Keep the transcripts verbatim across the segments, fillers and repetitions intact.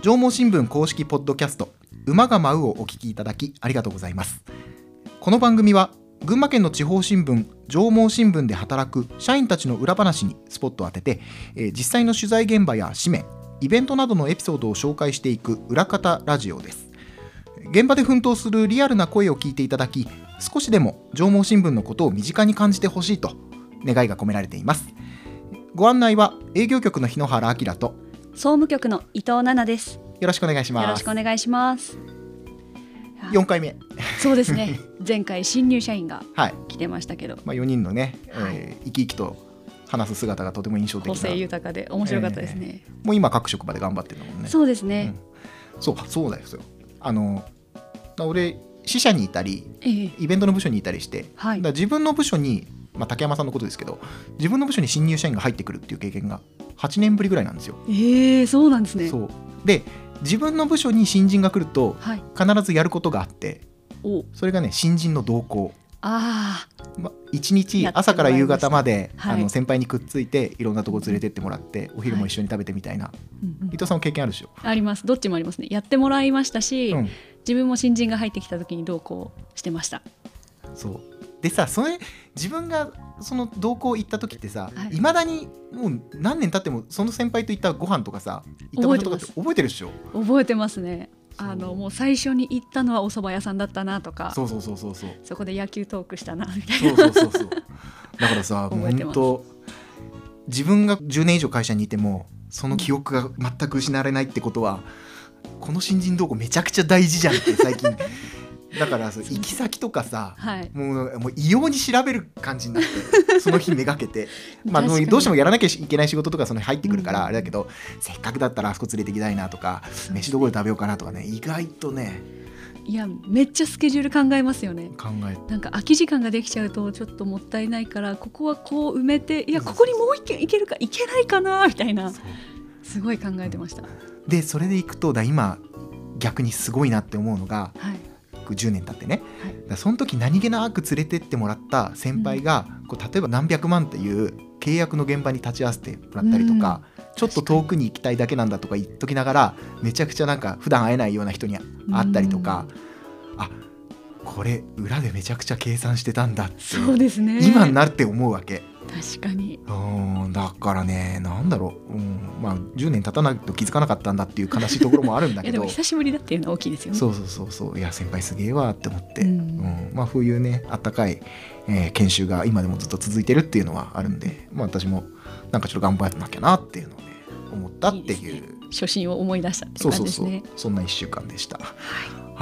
上毛新聞公式ポッドキャスト馬が舞うをお聞きいただきありがとうございます。この番組は群馬県の地方新聞上毛新聞で働く社員たちの裏話にスポットを当てて、えー、実際の取材現場や紙面イベントなどのエピソードを紹介していく裏方ラジオです。現場で奮闘するリアルな声を聞いていただき、少しでも上毛新聞のことを身近に感じてほしいと願いが込められています。ご案内は営業局の日野原明と総務局の伊藤奈々です。 よろしくお願いします。 よろしくお願いします。 よんかいめ。 そうですね前回新入社員がはい来てましたけど、 まあ、よにんのね、 はいえー、生き生きと話す姿がとても印象的な、 個性豊かで面白かったですね、 えー、もう今各職場で頑張ってるもんね。 そうですね、 うん、そうそうですよ。あの俺支社にいたり、 えー、 イベントの部署にいたりして、はい、だ自分の部署に、まあ、竹山さんのことですけど、自分の部署に新入社員が入ってくるっていう経験がはちねんぶりぐらいなんですよ。 えー、そうなんですね。 そうで自分の部署に新人が来ると、 はい、 必ずやることがあって、おそれがね新人の同行。 あ、 ま、いちにち朝から夕方まで、 はい、 あの先輩にくっついていろんなとこ連れてってもらって、お昼も一緒に食べてみたいな、はい、伊藤さんも経験あるでしょ。 あります。どっちもありますね。やってもらいましたし、うん、自分も新人が入ってきた時に同行してました。 そうでさ、それ自分がその同行行った時ってさ、 はい、 未だにもう何年経ってもその先輩と行ったご飯とかさ、行った場所とかって覚えてるでしょ。 覚えてますね。あのもう最初に行ったのはお蕎麦屋さんだったなとか、 そうそうそうそうそう、 そこで野球トークしたなみたいな。 そうそうそうそうだからさ本当自分がじゅうねん以上会社にいてもその記憶が全く失われないってことは、この新人同行めちゃくちゃ大事じゃんって最近だから行き先とかさ、はい、もう、もう異様に調べる感じになってその日めがけてまあどうしてもやらなきゃいけない仕事とかその入ってくるからあれだけど、うん、せっかくだったらあそこ連れて行きたいなとか、飯どこで食べようかなとかね、意外とね、 いやめっちゃスケジュール考えますよね。 考えなんか空き時間ができちゃうとちょっともったいないから、ここはこう埋めて、いやここにもう一軒行けるか行けないかなみたいな、すごい考えてました。 でそれでいくとだ今逆にすごいなって思うのが、はい、じゅうねん経ってね、はい、だその時何気なく連れてってもらった先輩が、うん、こう例えば何百万っていう契約の現場に立ち会わせてもらったりとか、うん、ちょっと遠くに行きたいだけなんだとか言っときながら、めちゃくちゃなんか普段会えないような人に会ったりとか、うん、あこれ裏でめちゃくちゃ計算してたんだって、 そうですね、 今になって思うわけ。 確かに。 うんだからね、なんだろう、うん、まあじゅうねん経たないと気づかなかったんだっていう悲しいところもあるんだけどいやでも久しぶりだっていうのは大きいですよね。 そうそうそうそう、いや先輩すげえわって思って、うんうんまあ、そういうねあったかい、えー、研修が今でもずっと続いてるっていうのはあるんで、まあ、私もなんかちょっと頑張らなきゃなっていうのをね思ったっていう、いいですね、 初心を思い出したっていう感じですね。 そうそうそう、そんないっしゅうかんでした。はい、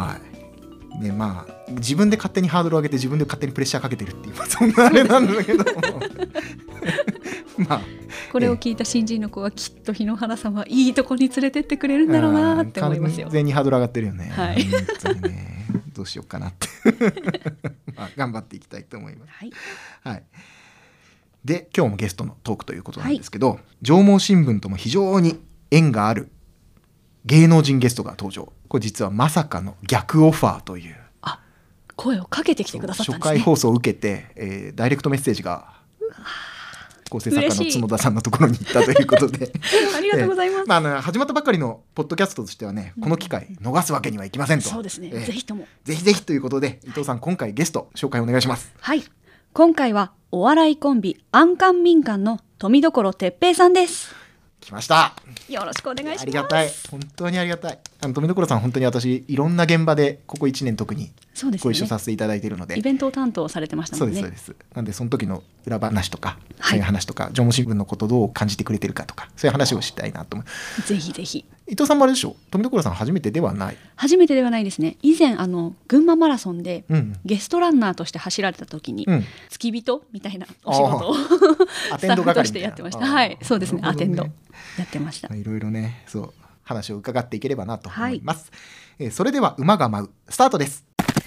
はいでまあ、自分で勝手にハードルを上げて自分で勝手にプレッシャーかけてるっていう、そんなあれなんだけどまあこれを聞いた新人の子はきっと日野原さんはいいとこに連れてってくれるんだろうなって思いますよ。 完全にハードル上がってるよね、 はい、 本当にねどうしようかなってまあ頑張っていきたいと思います、はいはい、で今日もゲストのトークということなんですけど、はい、上毛新聞とも非常に縁がある芸能人ゲストが登場。これ実はまさかの逆オファーという、 あ声をかけてきてくださったんですね。 初回放送を受けて、えー、ダイレクトメッセージが構成作家の角田さんのところに行ったということでありがとうございます、 まあ、あの始まったばかりのポッドキャストとしてはね、この機会逃すわけにはいきませんと、 そうですね、えー、ぜひともぜひぜひということで伊藤さん、今回ゲスト紹介お願いします。 はい、今回はお笑いコンビ安官民間の富所哲平さんです。 来ました。 よろしくお願いします。 ありがたい、本当にありがたい。あの富所さん本当に私いろんな現場でここいちねん特にご一緒させていただいているので、 ね、イベントを担当されてましたもんね。 そうですそうです。なんでその時の裏話とか、はい、そういう話とか上毛新聞のことをどう感じてくれてるかとか、そういう話をしたいなと思う。 ぜひぜひ。 伊藤さんもあれでしょ、富所さん初めてではない？ 初めてではないですね。以前あの群馬マラソンでゲストランナーとして走られた時に、うん、付き人みたいなお仕事をアテンド係としてやってました。はい、そうですね、アテンドやってました。 いろいろね、そう話を伺っていければなと思います、はい。えー、それでは馬が舞うスタートです。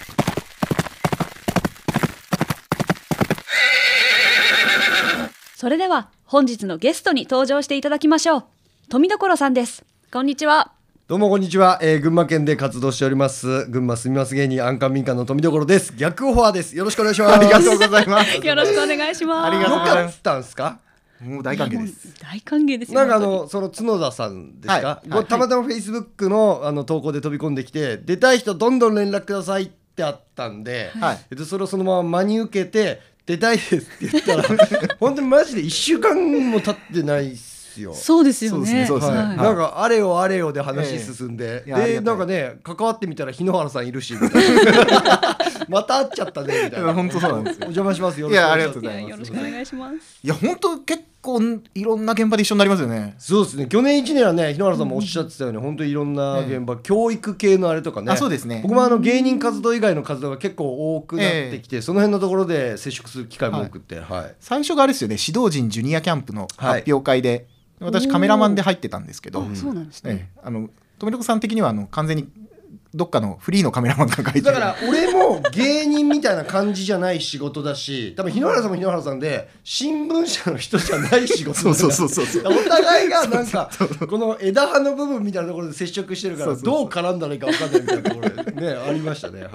それでは本日のゲストに登場していただきましょう。富所さんです。こんにちは。 どうもこんにちは、えー、群馬県で活動しております群馬住みます芸人安官民間の富所です。逆オファーです。よろしくお願いします。 ありがとうございますよろしくお願いします。 ありがとうございます。 よかったんすか？ もう大歓迎です。 大歓迎ですよ。 なんかあのその角田さんですか、はいはい、たまたまフェイスブックのあの投稿で飛び込んできて、出たい人どんどん連絡くださいってあったんで、はい、えっと、それをそのまま真に受けて出たいですって言ったら本当にマジでいっしゅうかんも経ってないっすよ。 そうですよね。 そうですね、はいはい、なんかあれよあれよで話進んで、えー、でなんかね関わってみたら日野原さんいるしみたいなまた会っちゃったねみたいな。 本当そうなんですよ。 お邪魔します。よろしくお願いします。いや、ありがとうございます。よろしくお願いします。 いや本当結構いろんな現場で一緒になりますよね。 そうですね。去年いちねんはね、日野原さんもおっしゃってたように、うん、本当にいろんな現場、えー、教育系のあれとかね。 あ、そうですね。 僕もあの芸人活動以外の活動が結構多くなってきて、えー、その辺のところで接触する機会も多くて、はいはい、 最初があれですよね。指導陣ジュニアキャンプの発表会で、はい、私カメラマンで入ってたんですけど、 そうなんですね。 えー、あの富永さん的にはあの完全にどっかのフリーのカメラマンが書いてる。 だから俺も芸人みたいな感じじゃない仕事だし、多分日野原さんも日野原さんで新聞社の人じゃない仕事だそうそうそうそう。 お互いがなんかこの枝葉の部分みたいなところで接触してるから、どう絡んだらいいか分かんないみたいなところでねありましたね。はい。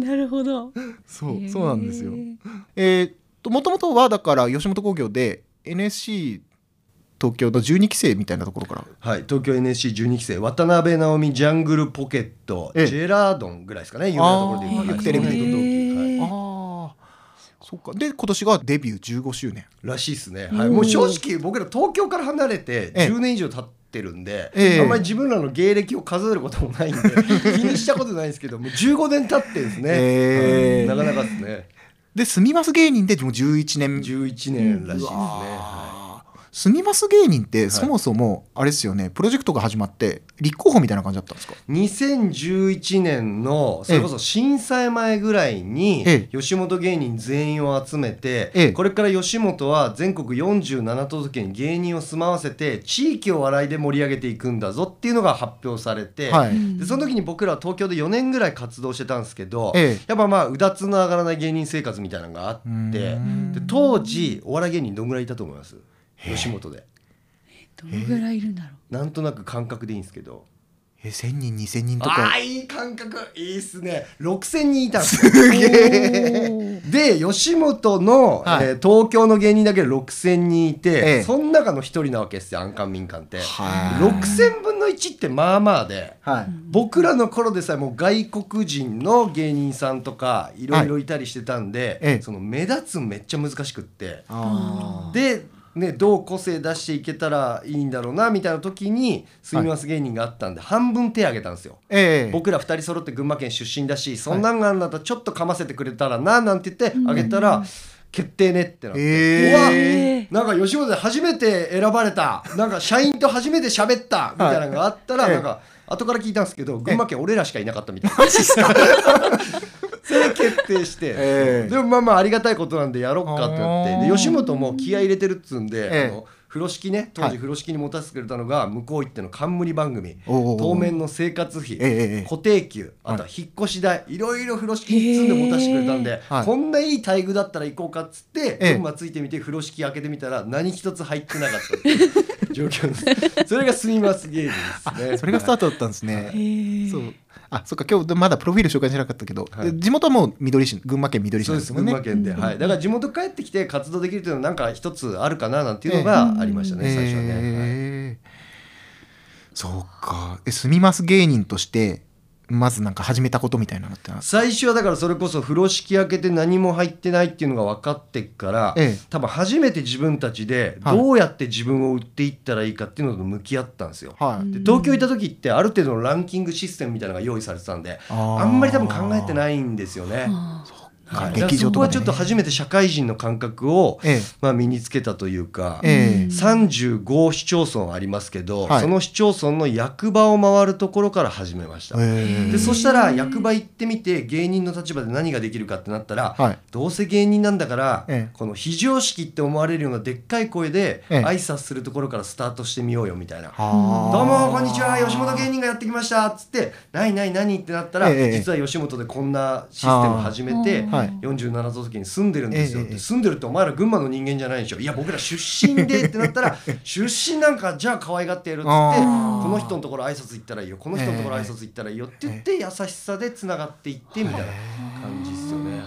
なるほど。 そうそうなんですよ。えー、っともともとはだから吉本興業で エヌエスシー東京のじゅうにきせいみたいなところから、 はい、東京 エヌエスシーじゅうにきせい、渡辺直美ジャングルポケット、ジェラードンぐらいですかね、有名なところで言うと、 よくテレビで同期、はい、ああそうか。で今年がデビューじゅうごしゅうねんらしいですね、はい、もう正直僕ら東京から離れてじゅうねん以上経ってるんで、ええ、あんまり自分らの芸歴を数えることもないんで気にしたことないんですけど、もうじゅうごねん経ってですね、えー、なかなかですね。 で住みます芸人でもうじゅういちねんじゅういちねんらしいですね、はい。 住みます芸人ってそもそもあれですよね、はい、プロジェクトが始まって立候補みたいな感じだったんですか。 にせんじゅういちねんのそれこそ震災前ぐらいに吉本芸人全員を集めて、ええ、これから吉本は全国よんじゅうななとどけに芸人を住まわせて地域を笑いで盛り上げていくんだぞっていうのが発表されて、はい、でその時に僕らは東京でよねんぐらい活動してたんですけど、ええ、やっぱまあうだつの上がらない芸人生活みたいなのがあって、で当時お笑い芸人どんぐらいいたと思います？吉本でどのぐらいいるんだろう。なんとなく感覚でいいんですけど、 えせんにんにせんにんとか。 あーいい感覚、いいっすね。ろくせんにんいたんですよ。すげえ。で吉本の、はい、えー、東京の芸人だけでろくせんにんいて、ええ、その中の一人なわけですよ、安官民間って。ろくせんぶんのいちってまあまあで、はい、僕らの頃でさえもう外国人の芸人さんとかいろいろいたりしてたんで、はい、その目立つめっちゃ難しくって、あでね、どう個性出していけたらいいんだろうなみたいな時に住みます芸人があったんで、はい、半分手挙げたんですよ、えー、僕らふたり揃って群馬県出身だし、そんなんがあるんだったらちょっとかませてくれたらななんて言って挙げたら、うん、決定ねってなって、えー、うわなんか吉本で初めて選ばれた、なんか社員と初めて喋ったみたいなのがあったら、はい、なんか後から聞いたんですけど、群馬県俺らしかいなかったみたいなそれ決定して、えー、でもまあまあありがたいことなんでやろうかってなって、で吉本も気合い入れてるっつうんで、えー、あの風呂敷ね、当時風呂敷に持たせてくれたのが、はい、向こう行っての冠番組、当面の生活費、えー、固定給、あとは引っ越し代、はい、いろいろ風呂敷に積んで持たせてくれたんで、えー、こんないい待遇だったら行こうかっつって、えー、群馬ついてみて風呂敷開けてみたら何一つ入ってなかったっていう状況です。それが住みます芸人ですね。 それがスタートだったんですね、はい、そうあ、そっか、今日まだプロフィール紹介しなかったけど、はい、地元はもう緑市、群馬県緑市なんですもんね。 そうです、群馬県で、はい、だから地元帰ってきて活動できるというのはなんか一つあるかななんていうのがありましたね、えー、最初はね、えーはい、 そうか。え住みます芸人としてまずなんか始めたことみたいなのって最初はだからそれこそ風呂敷開けて何も入ってないっていうのが分かってから、ええ、多分初めて自分たちでどうやって自分を売っていったらいいかっていうのと向き合ったんですよ、はい、で東京行った時ってある程度のランキングシステムみたいなのが用意されてたんで、 あ, あんまり多分考えてないんですよね。はい、だからそこはちょっと初めて社会人の感覚を、ええまあ、身につけたというか、ええ、さんじゅうご市町村ありますけど、はい、その市町村の役場を回るところから始めました、ええ、でそしたら役場行ってみて芸人の立場で何ができるかってなったら、はい、どうせ芸人なんだから、ええ、この非常識って思われるようなでっかい声で挨拶するところからスタートしてみようよみたいな、ええ、どうもこんにちは吉本芸人がやってきましたっつって何何何ってなったら、ええ、実は吉本でこんなシステム始めてよんじゅうなな都道府県に住んでるんですよ、ええ、住んでるってお前ら群馬の人間じゃないでしょ、いや僕ら出身でってなったら出身なんかじゃあ可愛がってやるっつってこの人のところ挨拶行ったらいいよ、この人のところ挨拶行ったらいいよって言って優しさでつながっていってみたいな感じですよね。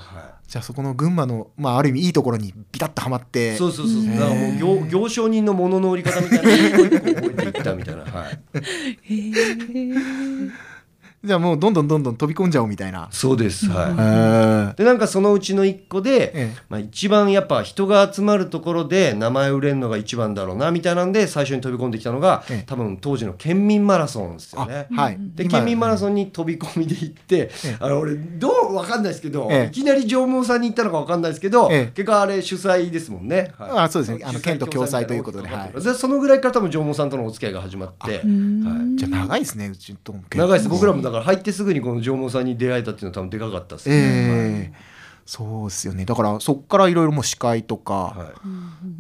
じゃあそこの群馬の、まあ、ある意味いいところにビタッとはまって、 そうそうそう、だからもう 行, 行商人の物の売り方みたいな一個一個覚えていったみたいな、はい、 へーじゃあもうどんどんどんどん飛び込んじゃおうみたいな。 そうです、はい、でなんかそのうちの一個で、ええまあ、一番やっぱ人が集まるところで名前売れるのが一番だろうなみたいなんで最初に飛び込んできたのが、ええ、多分当時の県民マラソンですよね。 はい、 で県民マラソンに飛び込みで行って、ええ、あの俺どう分かんないですけど、ええ、いきなり上毛さんに行ったのか分かんないですけど、ええ、結果あれ主催ですもんね、はい、 あそうですね、あの県と共催ということで、はい、 でそのぐらいから多分上毛さんとのお付き合いが始まって、はい、 じゃあ長いですねうちとも。 長いです。僕らもだから入ってすぐにこの上毛さんに出会えたっていうのは多分でかかったですね、 えーはい、そうですよね。だからそっからいろいろもう司会とか、はい、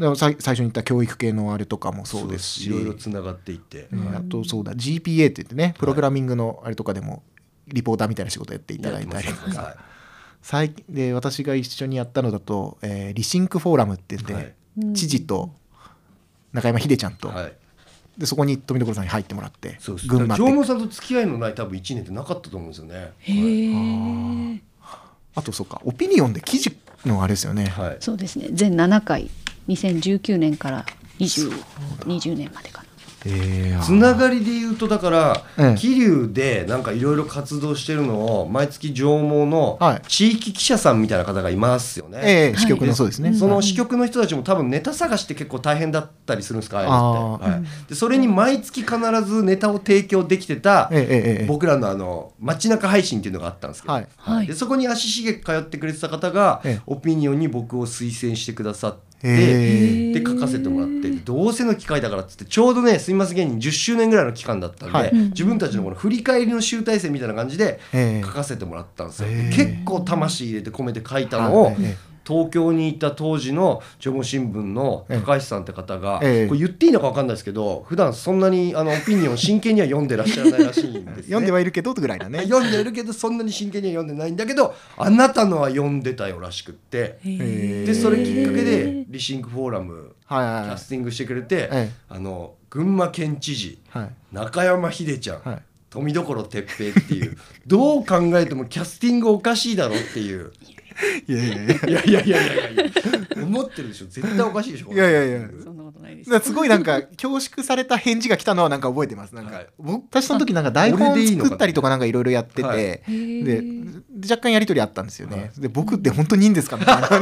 で最初に言った教育系のあれとかもそうですし、 いろいろつながっていって、 うんはい、あとそうだ ジーピーエー って言ってねプログラミングのあれとかでもリポーターみたいな仕事やっていただいたりとか、はい、最近で私が一緒にやったのだと、えー、リシンクフォーラムって言って、はい、知事と中山秀ちゃんと、はいでそこに富所さんに入ってもらってそうです群馬って上毛さんと付き合いのない多分いちねんってなかったと思うんですよね。 へー、 はい、あ, あとそうかオピニオンで記事のあれですよね、はい、 そうですね全ななかいにせんじゅうきゅうねんからにじゅう、にじゅうねんまでかな。 えー、つながりで言うとだから桐生でなんかいろいろ活動してるのを毎月上毛の地域記者さんみたいな方がいますよね、はいえー、支局のそうですね。 その支局の人たちも多分ネタ探しって結構大変だったりするんですかああいうのって、はい、でそれに毎月必ずネタを提供できてた、えー、僕らのあの街中配信っていうのがあったんですけど、はいはい、でそこに足しげく通ってくれてた方が、えー、オピニオンに僕を推薦してくださってで, で書かせてもらってどうせの機会だからっつってちょうどねすみません芸人じゅっしゅうねんぐらいの期間だったんで、はい、自分たちのこの振り返りの集大成みたいな感じで書かせてもらったんですよ。結構魂入れて込めて書いたのを東京にいた当時の上毛新聞の高橋さんって方が、ええ、これ言っていいのか分かんないですけど普段そんなにあのオピニオン真剣には読んでらっしゃらないらしいんですね読んではいるけどぐらいだね読んではいるけどそんなに真剣には読んでないんだけどあなたのは読んでたよらしくってでそれきっかけでリシンクフォーラムキャスティングしてくれて、はい、あの群馬県知事、はい、中山秀ちゃん、はい、富所哲平っていうどう考えてもキャスティングおかしいだろっていういやいやいやいやいやいやいや思ってるでしょ絶対おかしいでしょ。 いやいやいやそんなことないです。すごいなんか恐縮された返事が来たのはなんか覚えてます。なんか、はい、僕私その時なんか台本作ったりとかなんかいろいろやってて、はい、で若干やり取りあったんですよね、はい、で僕って本当にいいんですかみたいな。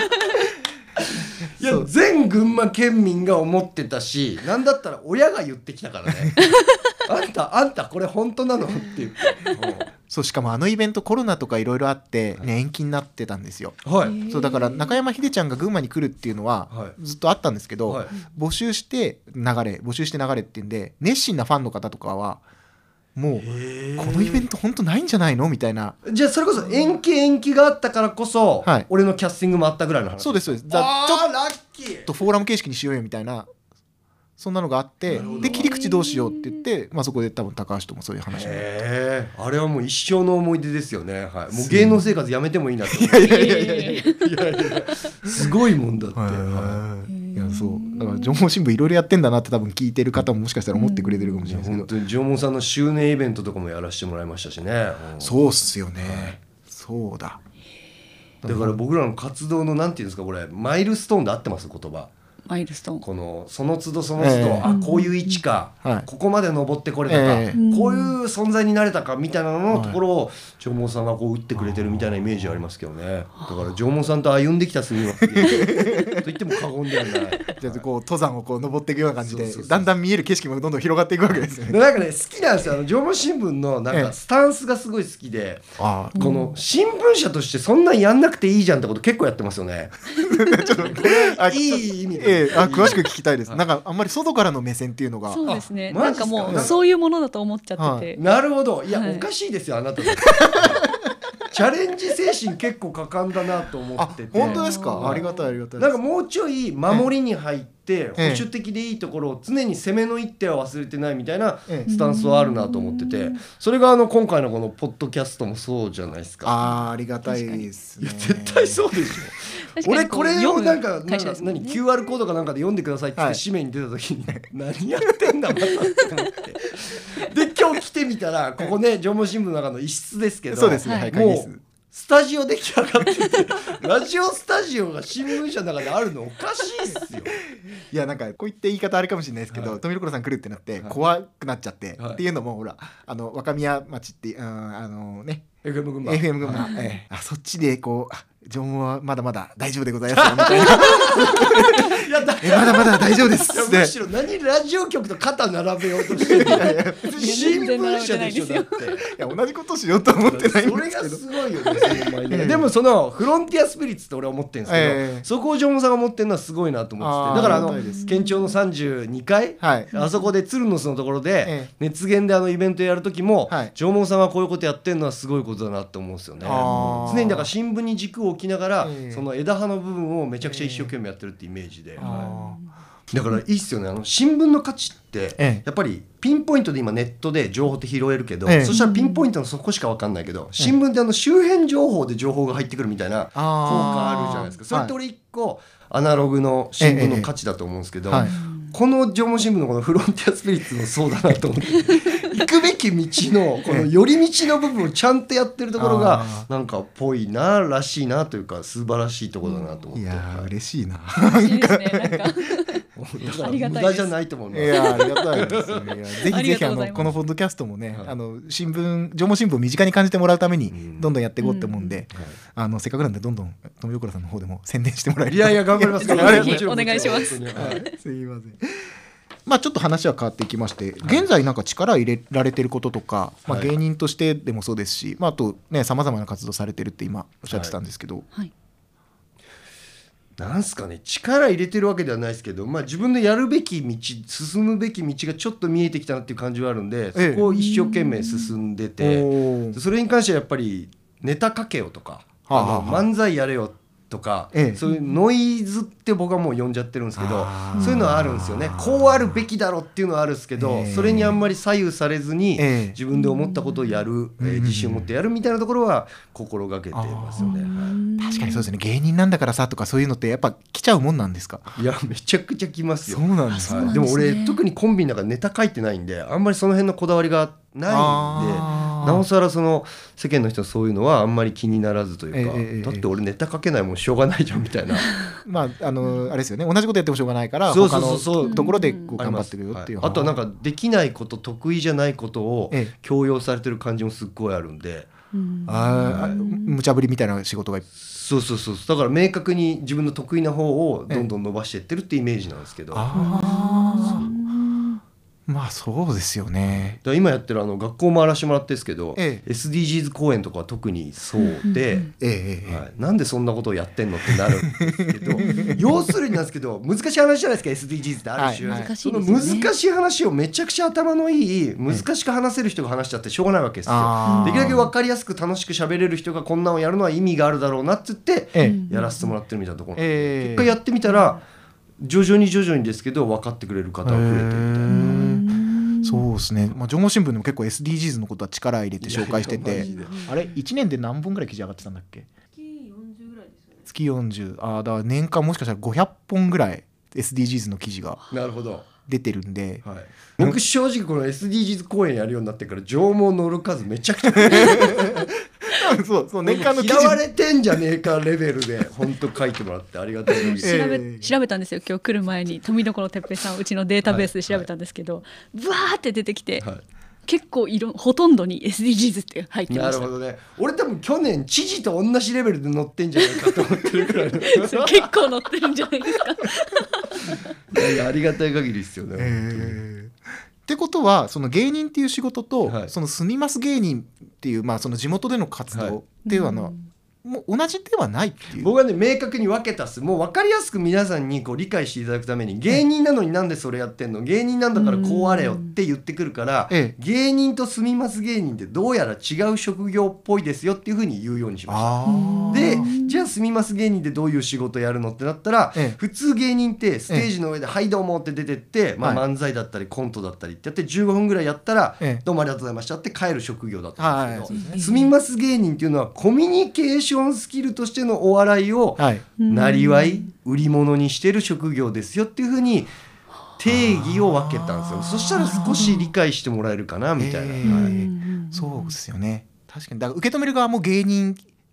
いや全群馬県民が思ってたしなんだったら親が言ってきたからねあんたあんたこれ本当なのって言ってそうしかもあのイベントコロナとかいろいろあって、ね、延期になってたんですよ、はい、そうだから中山秀ちゃんが群馬に来るっていうのはずっとあったんですけど、はい、募集して流れ募集して流れっていうんで熱心なファンの方とかはもうこのイベント本当ないんじゃないのみたいな。 じゃあそれこそ延期延期があったからこそ、はい、俺のキャスティングもあったぐらいの話。 そうですそうです。 あーラッキーとフォーラム形式にしようよみたいなそんなのがあってで切り口どうしようって言って、まあ、そこで多分高橋ともそういう話をへーあれはもう一生の思い出ですよね、はい、もう芸能生活やめてもいいなっていやいやいやいやいやいやすごいもんだって、はいいやそうだから上毛新聞いろいろやってんだなって多分聞いてる方ももしかしたら思ってくれてるかもしれないですけど、 本当に上毛さんの周年イベントとかもやらせてもらいましたしね。 そうっすよね、はい、そうだだから僕らの活動のなんていうんですかこれマイルストーンで合ってます言葉マイルストーンこのその都度その都度、えー、あこういう位置か、うん、ここまで登ってこれたか、えー、こういう存在になれたかみたいなののところを上毛さんがこう打ってくれてるみたいなイメージありますけどね。だから上毛さんと歩んできた杉はと言っても過言ではないじゃあこう登山をこう登っていくような感じでそうそうそうだんだん見える景色もどんどん広がっていくわけですよね。 なんかね好きなんですよあの上毛新聞のなんかスタンスがすごい好きで、えー、この新聞社としてそんなんやんなくていいじゃんってこと結構やってますよねちょっとこれいい意味で、 えー、あ詳しく聞きたいです。なんかあんまり外からの目線っていうのがそうですねなんかもうそういうものだと思っちゃってて、 はい、なるほどいや、はい、おかしいですよあなたチャレンジ精神結構果敢だなと思ってて。 あ本当ですか。ありがたいありがたいです。 なんかもうちょい守りに入って保守的でいいところを常に攻めの一手は忘れてないみたいなスタンスはあるなと思っててそれがあの今回のこのポッドキャストもそうじゃないですか。 あーありがたいですね。 いや絶対そうでしょ俺これをなんかなんか何 キューアール コードかなんかで読んでくださいって言って紙面に出た時に何やってんだまたって思ってで今日来てみたらここね上毛新聞の中の一室ですけどそうですね、はい、 もうスタジオ出来上がっててラジオスタジオが新聞社の中であるのおかしいっすよ。 いやなんかこういった言い方あれかもしれないですけど、はい、富所さん来るってなって怖くなっちゃって、はい、っていうのもほらあの若宮町って、うん、あのね エフエム 群馬 エフエム 群馬、はいえー、あそっちでこう縄文はまだまだ大丈夫でございますよみたいないやだえまだまだ大丈夫ですってむしろ何ラジオ局と肩並べようとしてるみたいな新聞社でしょだっていや同じことしようと思ってないんですけどそれがすごいよねその前ねでもそのフロンティアスピリッツって俺は思ってるんですけど、えー、そこを縄文さんが持ってるのはすごいなと思っててだからあの県庁のさんじゅうにかい、はい、あそこで鶴の巣のところで、えー、熱源であのイベントやる時も、はい、縄文さんがこういうことやってるのはすごいことだなって思うんですよね。常にだから新聞に軸を置きながら、えー、その枝葉の部分をめちゃくちゃ一生懸命やってるってイメージで、えーはい、だからいいっすよね。あの新聞の価値ってやっぱりピンポイントで今ネットで情報って拾えるけど、ええ、そしたらピンポイントのそこしか分かんないけど、新聞ってあの周辺情報で情報が入ってくるみたいな効果あるじゃないですか。それって俺一個アナログの新聞の価値だと思うんですけど、ええはい、この縄文新聞のこのフロンティアスピリッツもそうだなと思って行くべき道のこの寄り道の部分をちゃんとやってるところがなんかぽいならしいなというか素晴らしいところだなと思って、いやー嬉しいな嬉しいですねなんかだから無駄じゃないと思ういやありがたいですねぜひぜひあのこのポッドキャストもね、はい、あの新聞縄文新聞を身近に感じてもらうためにどんどんやっていこうって思うんで、うんはい、あのせっかくなんでどんどん富所さんの方でも宣伝してもらえるいやいや頑張りますからぜひお願いします、はい、 すいません。まあ、ちょっと話は変わっていきまして、現在なんか力入れられてることとか、まあ、芸人としてでもそうですし、まあ、あとねさまざまな活動されてるって今おっしゃってたんですけど、はい、 なんすかね力入れてるわけではないですけど、まあ、自分のやるべき道進むべき道がちょっと見えてきたなっていう感じはあるんで、そこを一生懸命進んでて、それに関してはやっぱりネタかけよとか、あの漫才やれよとか、ええ、そういうノイズって僕はもう呼んじゃってるんですけど、そういうのはあるんですよね。こうあるべきだろっていうのはあるんですけど、ええ、それにあんまり左右されずに、ええ、自分で思ったことをやる、えー、自信を持ってやるみたいなところは心がけてますよね、はい、 確かにそうですね。芸人なんだからさとかそういうのってやっぱ来ちゃうもんなんですか？ いやめちゃくちゃ来ますよ。 そうなんですね、 はい、でも俺特にコンビの中でネタ書いてないんであんまりその辺のこだわりがないんで、なおさらその世間の人はそういうのはあんまり気にならずというか、ええ、だって俺ネタ書けないもんしょうがないじゃんみたいなまああのあれですよね、同じことやってもしょうがないから他のところでこう頑張ってるよっていう、 はい、あとはなんかできないこと得意じゃないことを強要されてる感じもすっごいあるんで、 うん、あ無茶ぶりみたいな仕事がそうそうそう、だから明確に自分の得意な方をどんどん伸ばしていってるってイメージなんですけど、 あまあそうですよね。 だ今やってるあの学校回らせてもらってるんですけど、ええ、エスディージーズ 公演とかは特にそうで、ええはい、なんでそんなことをやってんのってなるんですけど要するになんですけど難しい話じゃないですか エスディージーズ ってある種、はいはい、その難しい話をめちゃくちゃ頭のいい難しく話せる人が話しちゃってしょうがないわけですよ。できるだけ分かりやすく楽しく喋れる人がこんなのをやるのは意味があるだろうなって言ってやらせてもらってるみたいなところ、ええ、結果やってみたら徐々に徐々にですけど分かってくれる方が増えてるみたいな。 そうですね、まあ、縄文新聞でも結構 エスディージーズ のことは力入れて紹介してて、あれいちねんで何本ぐらい記事上がってたんだっけ？ 月よんじゅうぐらいですよね。 月よんじゅう、あだから年間もしかしたらごひゃっぽんぐらい エスディージーズ の記事が出てるんで、 はい、僕正直この エスディージーズ 公演やるようになってから縄文乗る数めちゃくちゃそうそう年間の記事嫌われてんじゃねえかレベルで本当書いてもらってありがたいです。 調べ、調べたんですよ今日来る前に富所哲平さんうちのデータベースで調べたんですけど、ブワーって出てきて、はい、結構色ほとんどに エスディージーズ って入ってました。 なるほどね。俺多分去年知事と同じレベルで乗ってんじゃないかと思ってるくらいの結構乗ってるんじゃないですかいやいやありがたい限りですよね、 えーってことはその芸人っていう仕事と、はい、その住みます芸人っていう、まあ、その地元での活動っていうのは、はい、もう同じではないっていう。 僕はね明確に分けたっす。もう分かりやすく皆さんにこう理解していただくために芸人なのになんでそれやってんの、芸人なんだからこうあれよって言ってくるから、ええ、芸人と住みます芸人ってどうやら違う職業っぽいですよっていうふうに言うようにしました。でじゃあ住みます芸人ってどういう仕事やるのってなったら、ええ、普通芸人ってステージの上で「はいどうも」って出てって、まあ、漫才だったりコントだったりってやってじゅうごふんぐらいやったら、ええ、どうもありがとうございましたって帰る職業だったんですけど、はい、住みます芸人っていうのはコミュニケーションスキルとしてのお笑いをなりわい売り物にしてる職業ですよっていうふうに定義を分けたんですよ。そしたら少し理解してもらえるかなみたいな、えーはい、そうですよね。確かにだから受け止める側も芸人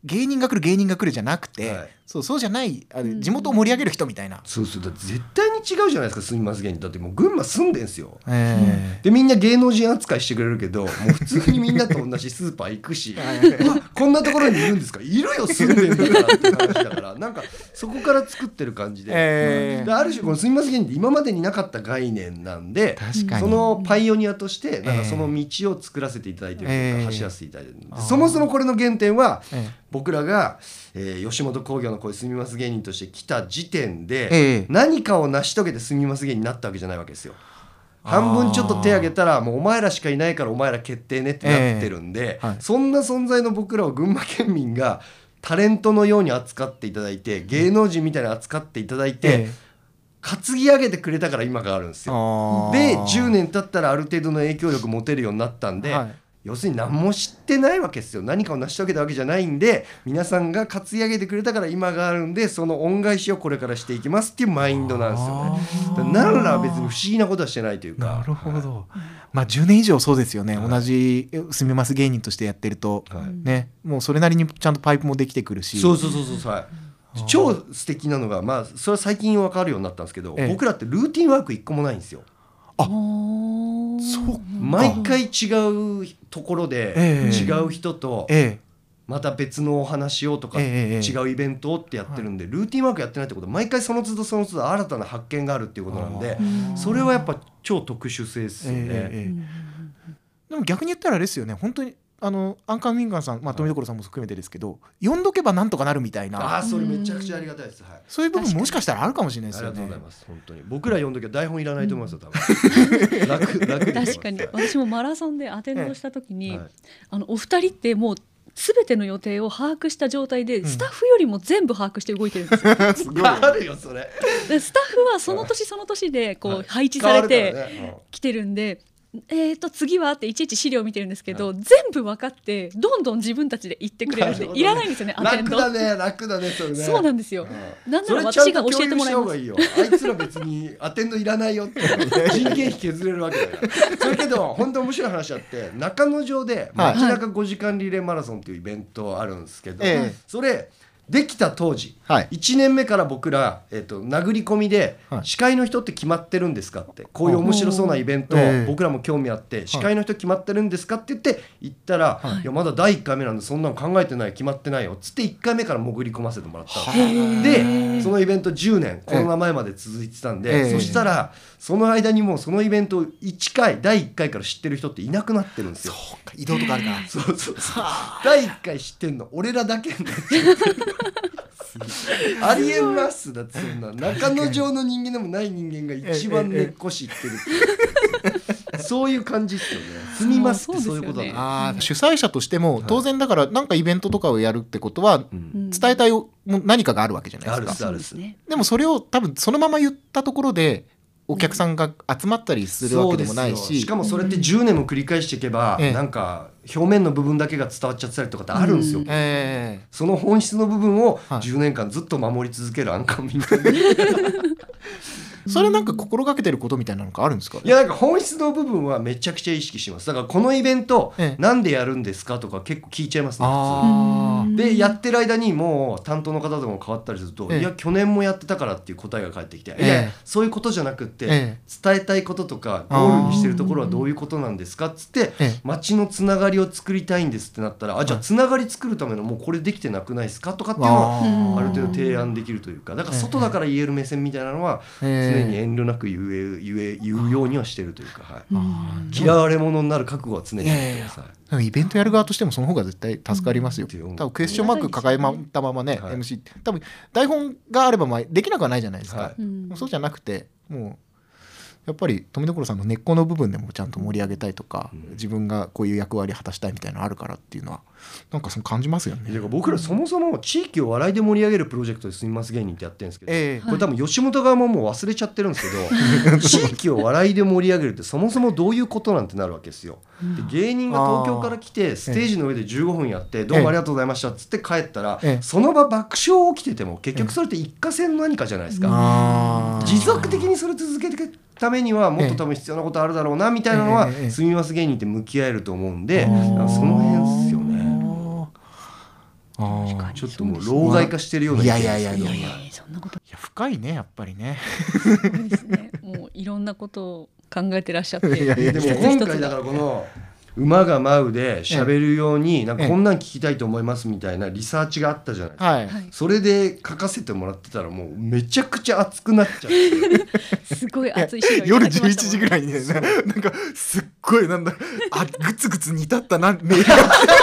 芸人が来る芸人が来るじゃなくて、 はい、 そうそうじゃないあの地元を盛り上げる人みたいな、 そうそうだって絶対に違うじゃないですか。住みます芸人だってもう群馬住んでんすよ、 えー、 でみんな芸能人扱いしてくれるけどもう普通にみんなと同じスーパー行くしうわこんなところにいるんですか、いるよ住んでんだからって話だからなんかそこから作ってる感じで、 えー、 である種この住みます芸人って今までになかった概念なんで、 確かにそのパイオニアとしてなんかその道を作らせていただいてるというか、 えー、 走らせていただいてる、えー、そもそもこれの原点は、 えー、 僕らが、えー、吉本興業のこういう住みます芸人として来た時点で、 えー、 何かを成し遂げて住みます芸人になったわけじゃないわけですよ。半分ちょっと手挙げたらもうお前らしかいないからお前ら決定ねってなってるんで、えーはい、そんな存在の僕らを群馬県民がタレントのように扱っていただいて、芸能人みたいに扱っていただいて、えー、担ぎ上げてくれたから今があるんですよ。でじゅうねん経ったらある程度の影響力持てるようになったんで、はい、要するに何も知ってないわけですよ。何かを成し遂げたわけじゃないんで、皆さんが担ぎ上げてくれたから今があるんで、その恩返しをこれからしていきますっていうマインドなんですよね。なんら別に不思議なことはしてないというか。 なるほど、はい、まあじゅうねん以上そうですよね、はい、同じ住みます芸人としてやってると、はい、ね、もうそれなりにちゃんとパイプもできてくるし、 そうそうそうそう、はい、超素敵なのが、まあそれは最近分かるようになったんですけど、ええ、僕らってルーティンワークいっこもないんですよ。 あ、そう毎回違うところで、ええ、違う人と、ええ、また別のお話をとか、ええ、違うイベントをってやってるんで、ルーティンワークやってないってことは毎回その都度その都度新たな発見があるっていうことなんで、それはやっぱ超特殊性ですよね、ええ、 でも逆に言ったらあれですよね、本当にあのアンカー民間さん、まあ、富所さんも含めてですけど、呼んどけばなんとかなるみたいな、 あ、それめちゃくちゃありがたいです、はい、 そういう部分もしかしたらあるかもしれないですよね。 ありがとうございます。本当に僕ら呼んどきは台本いらないと思いますよ、多分楽楽で確かに私もマラソンでアテンドした時に、 はい、あのお二人ってもう全ての予定を把握した状態で、うん、スタッフよりも全部把握して動いてるんですよすごいあるよそれ。 でスタッフはその年その年でこう、はい、配置されてきてるんで、えーと次はっていちいち資料を見てるんですけど、はい、全部分かってどんどん自分たちで言ってくれるんで、ね、いらないんですよね、アテンド。 楽だね楽だねそれね。 そうなんですよ、うん、なんなら私が教えてもらいます。 それちゃんと共有した方がいいよ。あいつら別にアテンドいらないよって人件費削れるわけだからそれけど本当面白い話あって、中野城で街中ごじかんリレーマラソンっていうイベントあるんですけど、はい、それできた当時、はい、いちねんめから僕ら、えーと、殴り込みで、はい、司会の人って決まってるんですかって、こういう面白そうなイベント、僕らも興味あって、はい、司会の人決まってるんですかって言って行ったら、はい、いやまだだいいっかいめなんでそんなの考えてない、決まってないよっつっていっかいめから潜り込ませてもらったんです。でそのイベントじゅうねんコロナ前まで続いてたんで、そしたらその間にもうそのイベントをいっかいだいいっかいから知ってる人っていなくなってるんですよ。 そうか、移動とかあるからそうそうそうだいいっかい知ってんの俺らだけになっちゃってるありえますだってそんな中野城の人間でもない人間が一番根っこ知ってるってそういう感じですよね。住みますってそういうことだね。 あ、主催者としても当然だから何かイベントとかをやるってことは伝えたい何かがあるわけじゃないですか。 あるですでもそれを多分そのまま言ったところでお客さんが集まったりするわけでもないし、 しかもそれってじゅうねんも繰り返していけば、うん、なんか表面の部分だけが伝わっちゃったりとかってあるんですよ、うん、えー、その本質の部分をじゅうねんかんずっと守り続けるアンカー民間それなんか心がけてることみたいなのがあるんですかね。 いやなんか本質の部分はめちゃくちゃ意識します。だからこのイベント、ええ、なんでやるんですかとか結構聞いちゃいますね普通で、やってる間にもう担当の方とかも変わったりすると、ええ、いや去年もやってたからっていう答えが返ってきて、ええ、いやそういうことじゃなくって、ええ、伝えたいこととかゴールにしてるところはどういうことなんですかっつって、ええ、街のつながりを作りたいんですってなったら、あじゃあつながり作るためのもうこれできてなくないですかとかっていうのをある程度提案できるというか、だから外だから言える目線みたいなのは常に遠慮なく言え言え言うようにはしてるというか、はい、嫌われ者になる覚悟は常にやってください。 いやいやイベントやる側としてもその方が絶対助かりますよ、うん、多分クエスチョンマーク抱えたままね、はい、エムシー 多分台本があればまあできなくはないじゃないですか、はい、そうじゃなくてもうやっぱり富所さんの根っこの部分でもちゃんと盛り上げたいとか、うん、自分がこういう役割果たしたいみたいなのあるからっていうのはなんかその感じますよね。 僕らそもそも地域を笑いで盛り上げるプロジェクトで住みます芸人ってやってるんですけど、えー、これ多分吉本側ももう忘れちゃってるんですけど地域を笑いで盛り上げるってそもそもどういうことなんてなるわけですよ。で芸人が東京から来てステージの上でじゅうごふんやってどうもありがとうございましたっつって帰ったら、えー、その場爆笑起きてても結局それって一過性の何かじゃないですか。持続的にそれ続けてためにはもっと多分必要なことあるだろうなみたいなのは住みます芸人って向き合えると思うんで、その辺ですよね。 あちょっともう老害化してるような。 いやいやいやいやいやそんなこと。 いや深いねやっぱりね。 そうですね。もういろんなことを考えてらっしゃって。 いやいやでも今回だからこの馬が舞うで喋るようになんかこんなん聞きたいと思いますみたいなリサーチがあったじゃないですか、 はい、 それで書かせてもらってたらもうめちゃくちゃ熱くなっちゃってすごい熱い資料夜じゅういちじぐらいにねなんかすっごいなんだあグツグツ煮立ったなメールが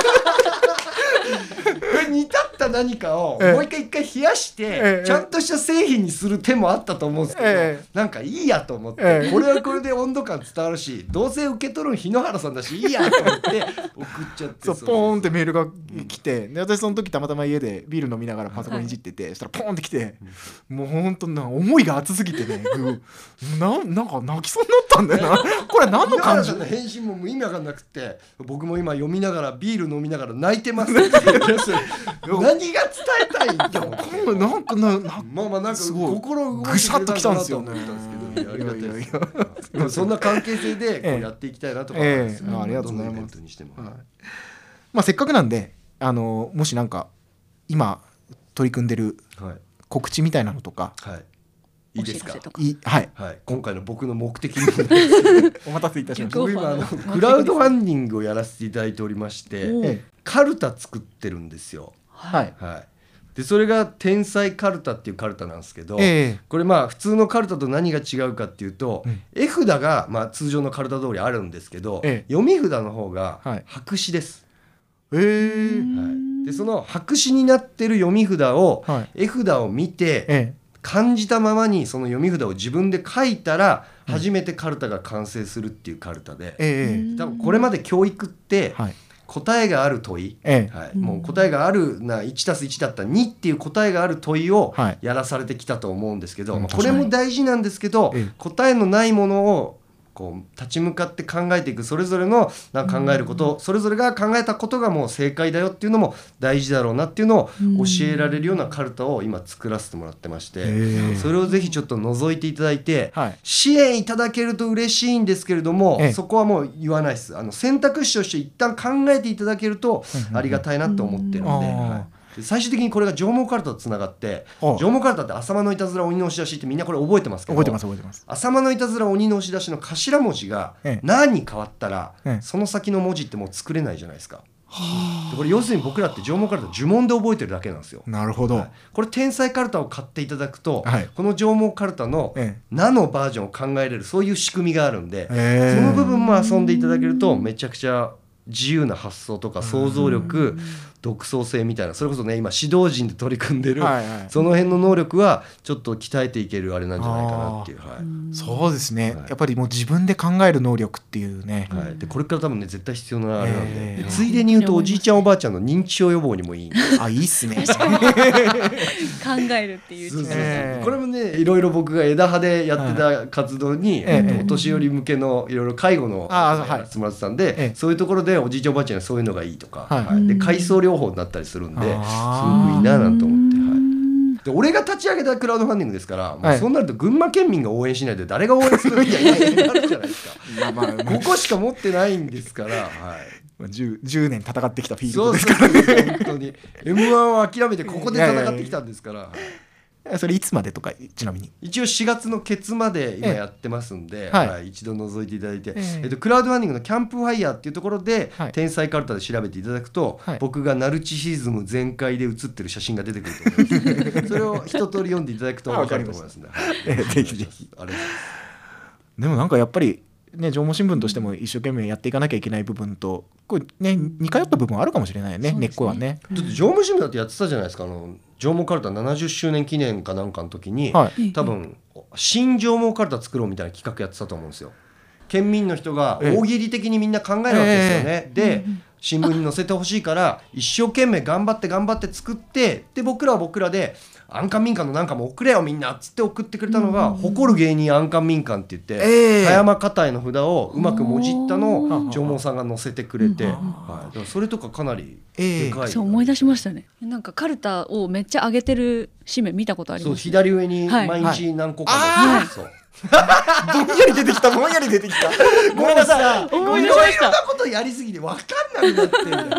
煮立った何かをええもう一回一回冷やしてええちゃんとした製品にする手もあったと思うんですけど、 ええなんかいいやと思って、 ええこれはこれで温度感伝わるしどうせ受け取るの日野原さんだしいいやと思って送っちゃってそうポーンってメールが来て、で私その時たまたま家でビール飲みながらパソコンいじってて、そしたらポーンって来て、もうほんとな思いが熱すぎてねぐななんか泣きそうになったんだよなこれ何の感じ日野原さんの返信も意味わかんなくて僕も今読みながらビール飲みながら泣いてますって言って何が伝えたいんだろうなんかななまあまあなんかすごい心動いてぐさっときたんですよねくれたかなと思ったんですけど、いやありがたいです。 いやいやいやでもそんな関係性でこうやっていきたいなとか思うんですよ、 ええありがとうございますどんなイベントにしても、 はいまあ、せっかくなんであのもしなんか今取り組んでるはい告知みたいなのとか、 はいいいですか。 いいはいはい、今回の僕の目的にお待たせいたしました。 僕今あのクラウドファンディングをやらせていただいておりましておえカルタ作ってるんですよ。 はいはいでそれが天才カルタっていうカルタなんですけど、 ええこれまあ普通のカルタと何が違うかっていうと、 うん絵札がまあ通常のカルタ通りあるんですけど、 ええ読み札の方がはい白紙です、 えーはい、でその白紙になってる読み札を、 はい絵札を見てえ感じたままにその読み札を自分で書いたら初めてカルタが完成するっていうカルタで、 えええ多分これまで教育ってはい答えがある問い、 ええはい、もう答えがあるな いちたすいち だったらにっていう答えがある問いをはいやらされてきたと思うんですけど、 うんまあこれも大事なんですけど、 ええ答えのないものをこう立ち向かって考えていくそれぞれのなんか考えること、それぞれが考えたことがもう正解だよっていうのも大事だろうなっていうのを教えられるようなカルタを今作らせてもらってまして、 えそれをぜひちょっと覗いていただいて、 はい支援いただけると嬉しいんですけれども、 ええそこはもう言わないです。あの選択肢として一旦考えていただけるとありがたいなと思ってるので、 うんはいで最終的にこれが上毛カルタとつながってああ上毛カルタって浅間のいたずら鬼の押し出しってみんなこれ覚えてますけど覚えてます覚えてます浅間のいたずら鬼の押し出しの頭文字がええ何に変わったら、 ええその先の文字ってもう作れないじゃないですか。でこれ要するに僕らって上毛カルタ呪文で覚えてるだけなんですよ。 なるほど、 はいこれ天才カルタを買っていただくと、 はいこの上毛カルタのええナノバージョンを考えれるそういう仕組みがあるんで、 ええその部分も遊んでいただけるとめちゃくちゃ自由な発想とか想像力、独創性みたいなそれこそね今指導陣で取り組んでる、 はいはいその辺の能力はちょっと鍛えていけるあれなんじゃないかなっていう、はいそうですね、 はいやっぱりもう自分で考える能力っていうね、 はい、でこれから多分ね絶対必要なあれなんで,、 ええでついでに言うとおじいちゃんおばあちゃんの認知症予防にもいいんであいいっすね考えるっていうそうそうそうええこれもねいろいろ僕が枝葉でやってた活動に、 えええっとお年寄り向けのいろいろ介護のあはいやらせてもらってたんで、 ええそういうところでおじいちゃんおばあちゃんにはそういうのがいいとか、 はいはいで海藻療法になったりするんで、すあーごくいいななんて思って、はい、で俺が立ち上げたクラウドファンディングですから、もうはいそうなると群馬県民が応援しないで誰が応援するんやいやいやなるじゃないですかまあまあここしか持ってないんですから、はい 10, 10年戦ってきたフィールそうドですかそうそう本当に エムワン を諦めてここで戦ってきたんですから、はいらそれいつまでとかちなみに一応しがつのケツまで今やってますんで、 はいはい一度覗いていただいて、 えええっと、クラウドファンディングのキャンプファイヤーっていうところで、 はい天才カルタで調べていただくと、 はい僕がナルチシズム全開で写ってる写真が出てくると思いますのでそれを一通り読んでいただくと分かると思いますので、はいええぜひぜひありがとうございますでもなんかやっぱりね上毛新聞としても一生懸命やっていかなきゃいけない部分とこれね似通った部分あるかもしれないよねそうですね根っこはねだって上毛新聞だってやってたじゃないですか。あの上毛カルタななじゅっしゅうねん記念かなんかの時に、 はい多分新上毛カルタ作ろうみたいな企画やってたと思うんですよ。県民の人がええ大喜利的にみんな考えるわけですよね、で新聞に載せてほしいから一生懸命頑張って頑張って作って、で僕らは僕らで安官民間のなんかも送れよみんなっつって送ってくれたのが、誇る芸人安官民間って言って、 ええ葉山片井の札をうまくもじったのおーを上毛さんが載せてくれて、 うんはい、だからそれとかかなりええでかい、 そう思い出しましたね。なんかカルタをめっちゃ上げてる紙面見たことありそうます。 左上にはい毎日何個かの、 はいそうぼんやり出てきたぼんやり出てきたごめんなさい思いいろいろ出しましたなことやりすぎて分かんなくなってるんだよ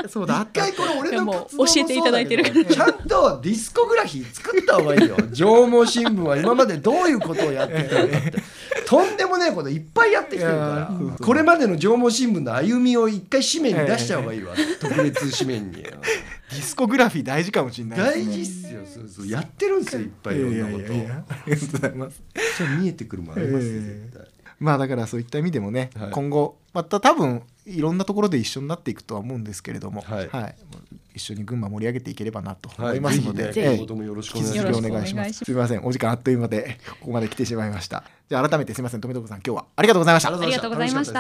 そうだ、 一回これ俺の活動も教えていただいてるからちゃんとディスコグラフィー作った方がいいよ。上毛新聞は今までどういうことをやってきたのかってとんでもないこといっぱいやってきてるからこれまでの上毛新聞の歩みを一回紙面に出しちゃう方がいいわ、特別紙面に。 ディスコグラフィー大事かもしれないですね。 大事っすよ。そうそうやってるんですよ、いっぱいいろんなことを。 いやいやいやありがとうございます。 じゃあ見えてくるもんありますよ、絶対。 まあだからそういった意味でもね、 はい、 今後また多分いろんなところで一緒になっていくとは思うんですけれども、 はいはい、一緒に群馬盛り上げていければなと思いますので、 はい、ぜひね、ぜひともよろしくお願いします。 引き続きお願いします。すみません、お時間あっという間でここまで来てしまいました。じゃあ改めてすみません、富所さん今日はありがとうございました。 ありがとうございました。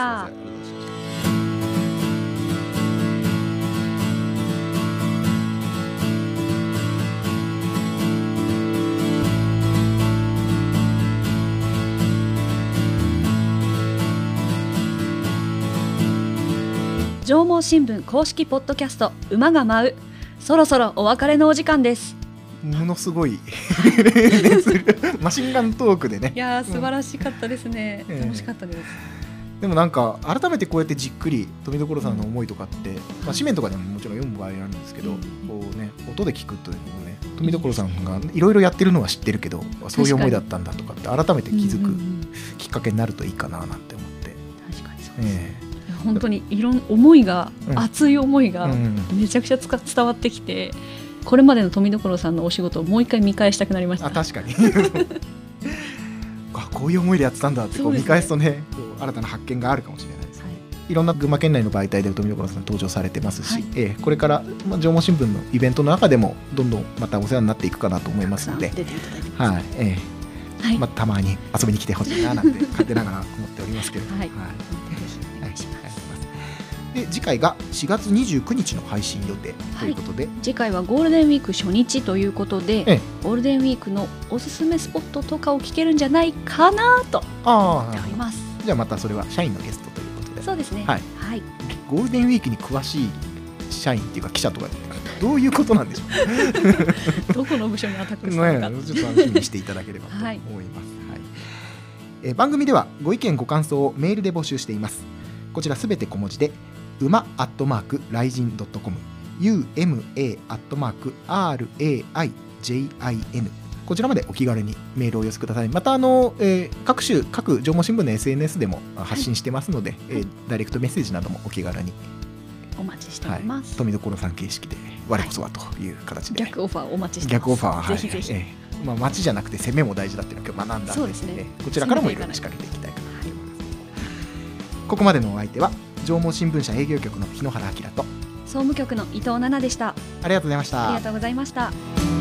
上毛新聞公式ポッドキャスト馬が舞う、そろそろお別れのお時間です。 ものすごいマシンガントークでね。 いやー素晴らしかったですね、うん、楽しかったです、 えー、でもなんか改めてこうやってじっくり富所さんの思いとかって、うん、まあ、紙面とかでももちろん読む場合あるんですけど、うん、こうね、音で聞くというのもね、富所さんがいろいろやってるのは知ってるけど、そういう思いだったんだとかって改めて気づくきっかけになるといいかななんて思って。 確かにそうです、えー本当にいろん思いが、うん、熱い思いがめちゃくちゃつか伝わってきて、これまでの富所さんのお仕事をもう一回見返したくなりました。 あ、確かにあ、こういう思いでやってたんだってこう見返すとね、こう新たな発見があるかもしれないですね、はい、いろんな群馬県内の媒体で富所さん登場されてますし、はい、えー、これから、まあ、上毛新聞のイベントの中でもどんどんまたお世話になっていくかなと思いますので、出ていただいてます、はい、えーはい、まあ、たまに遊びに来てほしいななんて勝手ながら思っておりますけれども、はいはい、で次回がしがつにじゅうくにちの配信予定ということで、はい、 次回はゴールデンウィーク初日ということで、ええ、ゴールデンウィークのおすすめスポットとかを聞けるんじゃないかなと思っております。 じゃあまたそれは社員のゲストということで。 そうですね、 はいはい、ゴールデンウィークに詳しい社員っていうか記者とかどういうことなんでしょうどこの部署にアタックするのか、 ね、ちょっと楽しみにしていただければと思います、はいはい、え番組ではご意見ご感想をメールで募集しています。こちらすべて小文字で馬アットマークライジンドットコム ユーエムエー アットマーク アールエーアイジェイアイエヌ こちらまでお気軽にメールをお寄せください。またあの、えー、各種各上毛新聞の エスエヌエス でも発信してますので、はい、えー、ダイレクトメッセージなどもお気軽にお待ちしております、 はい、富所さん形式で我こそはという形で、 はい、逆オファーお待ちしてます。 逆オファーは、はい、 ぜひぜひ、 えーまあ、待ちじゃなくて攻めも大事だっていうのを今日学んだので、そうですね、えー、こちらからもいろいろ仕掛けていきたいかなと思います、はい、ここまでのお相手は上毛新聞社営業局の日野原明と総務局の伊藤奈々でした。 ありがとうございました。 ありがとうございました。